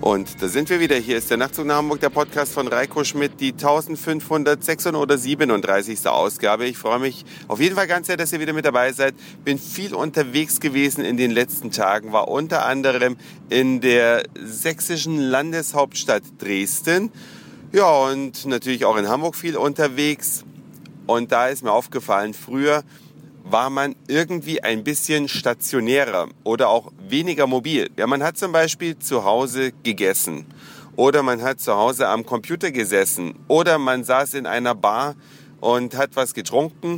Und da sind wir wieder. Hier ist der Nachtzug nach Hamburg, der Podcast von Reiko Schmidt, die 1537. Ausgabe. Ich freue mich auf jeden Fall ganz sehr, dass ihr wieder mit dabei seid. Bin viel unterwegs gewesen in den letzten Tagen, war unter anderem in der sächsischen Landeshauptstadt Dresden. Ja, und natürlich auch in Hamburg viel unterwegs. Und da ist mir aufgefallen, früher war man irgendwie ein bisschen stationärer oder auch weniger mobil. Ja, man hat zum Beispiel zu Hause gegessen oder man hat zu Hause am Computer gesessen oder man saß in einer Bar und hat was getrunken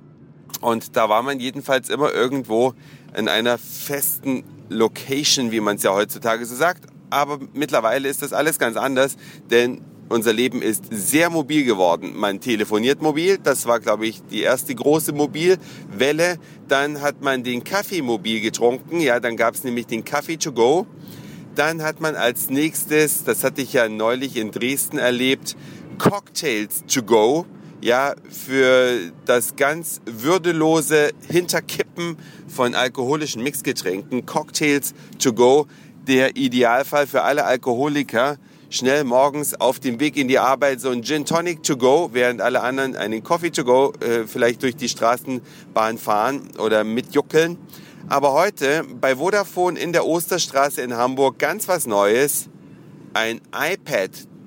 und da war man jedenfalls immer irgendwo in einer festen Location, wie man es ja heutzutage so sagt. Aber mittlerweile ist das alles ganz anders, denn unser Leben ist sehr mobil geworden. Man telefoniert mobil, das war, glaube ich, die erste große Mobilwelle. Dann hat man den Kaffee mobil getrunken, ja, dann gab es nämlich den Kaffee to go. Dann hat man als nächstes, das hatte ich ja neulich in Dresden erlebt, Cocktails to go, ja, für das ganz würdelose Hinterkippen von alkoholischen Mixgetränken. Cocktails to go, der Idealfall für alle Alkoholiker. Schnell morgens auf dem Weg in die Arbeit so ein Gin Tonic to go, während alle anderen einen Coffee to go vielleicht durch die Straßenbahn fahren oder mitjuckeln. Aber heute bei Vodafone in der Osterstraße in Hamburg ganz was Neues, ein iPad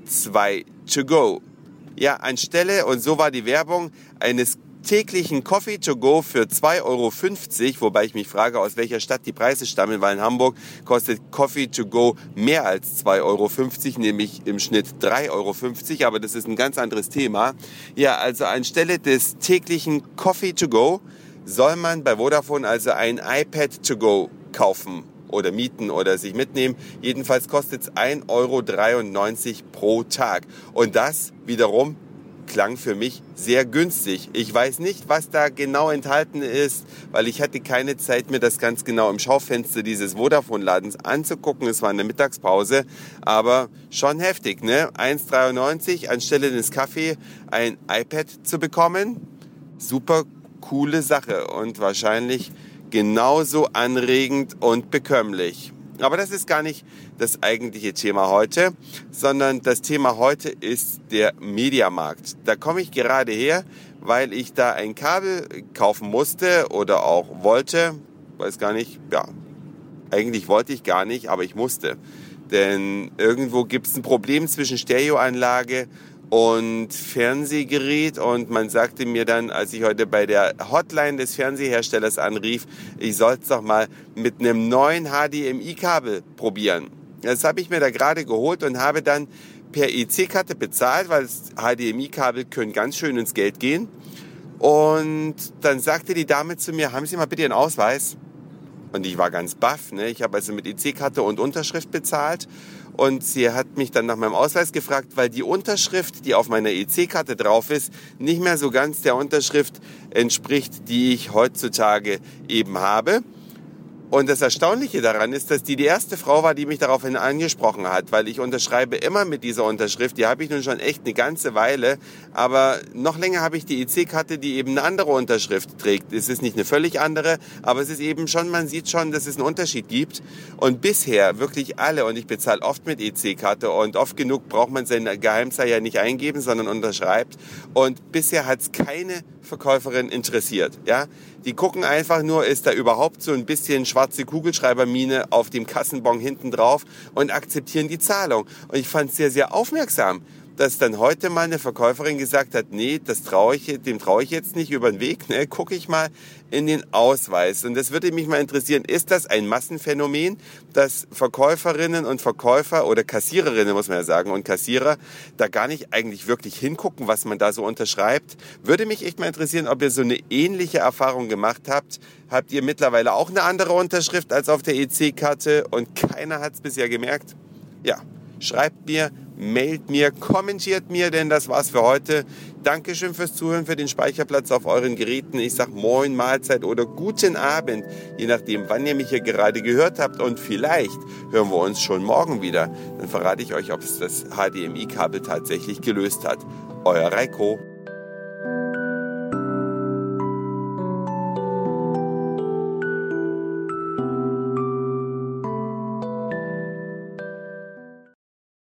2 to go. Ja, anstelle, und so war die Werbung, eines täglichen Coffee to go für 2,50 Euro, wobei ich mich frage, aus welcher Stadt die Preise stammen, weil in Hamburg kostet Coffee to go mehr als 2,50 Euro, nämlich im Schnitt 3,50 Euro, aber das ist ein ganz anderes Thema. Ja, also anstelle des täglichen Coffee to go soll man bei Vodafone also ein iPad to go kaufen oder mieten oder sich mitnehmen. Jedenfalls kostet es 1,93 Euro pro Tag. Und das wiederum klang für mich sehr günstig. Ich weiß nicht, was da genau enthalten ist, weil ich hatte keine Zeit, mir das ganz genau im Schaufenster dieses Vodafone-Ladens anzugucken. Es war eine Mittagspause, aber schon heftig, ne? 1,93 anstelle des Kaffee ein iPad zu bekommen. Super coole Sache und wahrscheinlich genauso anregend und bekömmlich. Aber das ist gar nicht das eigentliche Thema heute, sondern das Thema heute ist der Mediamarkt. Da komme ich gerade her, weil ich da ein Kabel kaufen musste oder auch wollte. Weiß gar nicht, ja, eigentlich wollte ich gar nicht, aber ich musste. Denn irgendwo gibt es ein Problem zwischen Stereoanlage und Fernsehgerät und man sagte mir dann, als ich heute bei der Hotline des Fernseherstellers anrief, ich soll es doch mal mit einem neuen HDMI-Kabel probieren. Das habe ich mir da gerade geholt und habe dann per EC-Karte bezahlt, weil das HDMI-Kabel können ganz schön ins Geld gehen. Und dann sagte die Dame zu mir, haben Sie mal bitte Ihren Ausweis? Und ich war ganz baff, ne? Ich habe also mit EC-Karte und Unterschrift bezahlt. Und sie hat mich dann nach meinem Ausweis gefragt, weil die Unterschrift, die auf meiner EC-Karte drauf ist, nicht mehr so ganz der Unterschrift entspricht, die ich heutzutage eben habe. Und das Erstaunliche daran ist, dass die erste Frau war, die mich daraufhin angesprochen hat, weil ich unterschreibe immer mit dieser Unterschrift. Die habe ich nun schon echt eine ganze Weile, aber noch länger habe ich die EC-Karte, die eben eine andere Unterschrift trägt. Es ist nicht eine völlig andere, aber es ist eben schon, man sieht schon, dass es einen Unterschied gibt. Und bisher wirklich alle, und ich bezahle oft mit EC-Karte und oft genug braucht man seine Geheimzahl ja nicht eingeben, sondern unterschreibt. Und bisher hat es keine Verkäuferin interessiert, ja. Die gucken einfach nur, ist da überhaupt so ein bisschen schwarze Kugelschreibermine auf dem Kassenbon hinten drauf und akzeptieren die Zahlung. Und ich fand es sehr, sehr aufmerksam, dass dann heute mal eine Verkäuferin gesagt hat, nee, dem traue ich jetzt nicht über den Weg, ne? Gucke ich mal in den Ausweis. Und das würde mich mal interessieren, ist das ein Massenphänomen, dass Verkäuferinnen und Verkäufer oder Kassiererinnen, muss man ja sagen, und Kassierer da gar nicht eigentlich wirklich hingucken, was man da so unterschreibt? Würde mich echt mal interessieren, ob ihr so eine ähnliche Erfahrung gemacht habt. Habt ihr mittlerweile auch eine andere Unterschrift als auf der EC-Karte und keiner hat es bisher gemerkt? Ja, schreibt mir, mailt mir, kommentiert mir, denn das war's für heute. Dankeschön fürs Zuhören, für den Speicherplatz auf euren Geräten. Ich sag Moin, Mahlzeit oder guten Abend, je nachdem, wann ihr mich hier gerade gehört habt. Und vielleicht hören wir uns schon morgen wieder. Dann verrate ich euch, ob es das HDMI-Kabel tatsächlich gelöst hat. Euer Reiko.